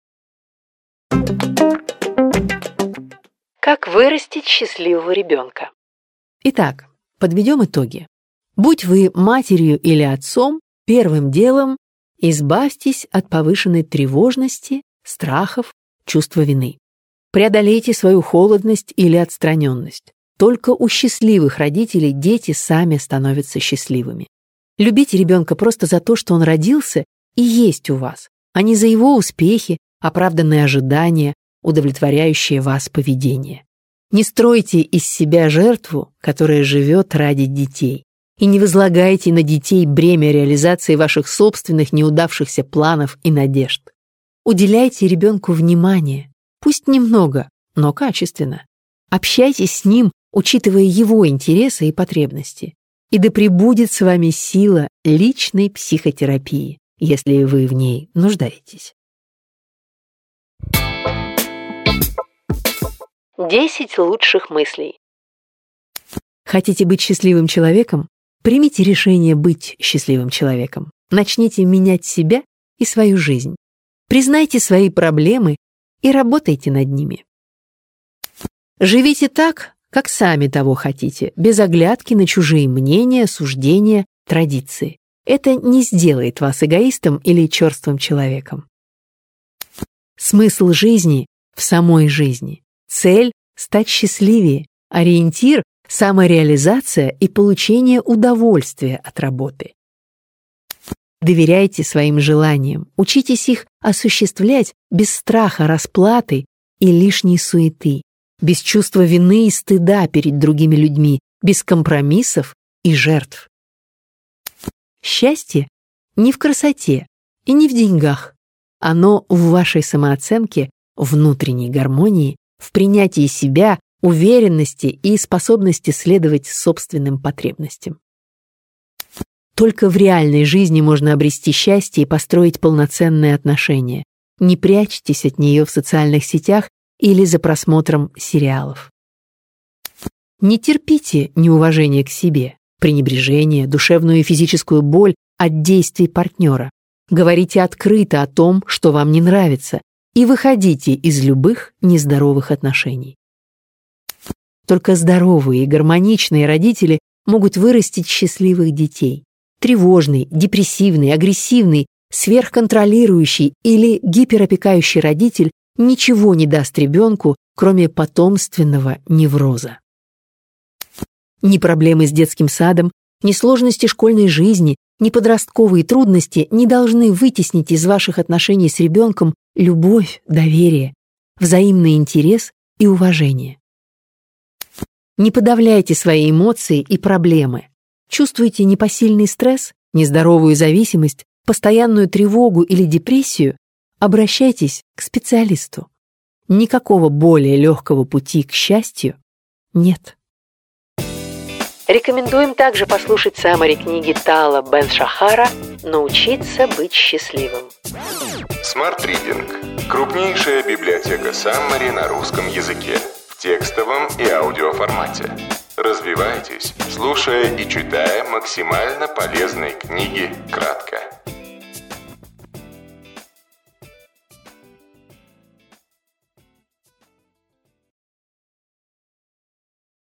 Как вырастить счастливого ребенка? Итак, подведем итоги. Будь вы матерью или отцом, первым делом избавьтесь от повышенной тревожности, страхов, чувства вины. Преодолейте свою холодность или отстраненность. Только у счастливых родителей дети сами становятся счастливыми. Любите ребенка просто за то, что он родился и есть у вас, а не за его успехи, оправданные ожидания, удовлетворяющее вас поведение. Не стройте из себя жертву, которая живет ради детей, и не возлагайте на детей бремя реализации ваших собственных неудавшихся планов и надежд. Уделяйте ребенку внимание, пусть немного, но качественно. Общайтесь с ним, учитывая его интересы и потребности. И да пребудет с вами сила личной психотерапии, если вы в ней нуждаетесь. десять лучших мыслей. Хотите быть счастливым человеком? Примите решение быть счастливым человеком. Начните менять себя и свою жизнь. Признайте свои проблемы и работайте над ними. Живите так, как сами того хотите, без оглядки на чужие мнения, суждения, традиции. Это не сделает вас эгоистом или черствым человеком. Смысл жизни в самой жизни. Цель – стать счастливее, ориентир – самореализация и получение удовольствия от работы. Доверяйте своим желаниям, учитесь их осуществлять без страха расплаты и лишней суеты, без чувства вины и стыда перед другими людьми, без компромиссов и жертв. Счастье не в красоте и не в деньгах. Оно в вашей самооценке, внутренней гармонии, в принятии себя, уверенности и способности следовать собственным потребностям. Только в реальной жизни можно обрести счастье и построить полноценные отношения. Не прячьтесь от нее в социальных сетях или за просмотром сериалов. Не терпите неуважение к себе, пренебрежение, душевную и физическую боль от действий партнера. Говорите открыто о том, что вам не нравится, и выходите из любых нездоровых отношений. Только здоровые и гармоничные родители могут вырастить счастливых детей. Тревожный, депрессивный, агрессивный, сверхконтролирующий или гиперопекающий родитель ничего не даст ребенку, кроме потомственного невроза. Ни проблемы с детским садом, ни сложности школьной жизни, ни подростковые трудности не должны вытеснить из ваших отношений с ребенком любовь, доверие, взаимный интерес и уважение. Не подавляйте свои эмоции и проблемы. Чувствуете непосильный стресс, нездоровую зависимость, постоянную тревогу или депрессию? Обращайтесь к специалисту. Никакого более легкого пути к счастью нет. Рекомендуем также послушать саммари книги Тала Бен-Шахара «Научиться быть счастливым». Smart Reading – крупнейшая библиотека саммари на русском языке в текстовом и аудиоформате. Развивайтесь, слушая и читая максимально полезные книги кратко.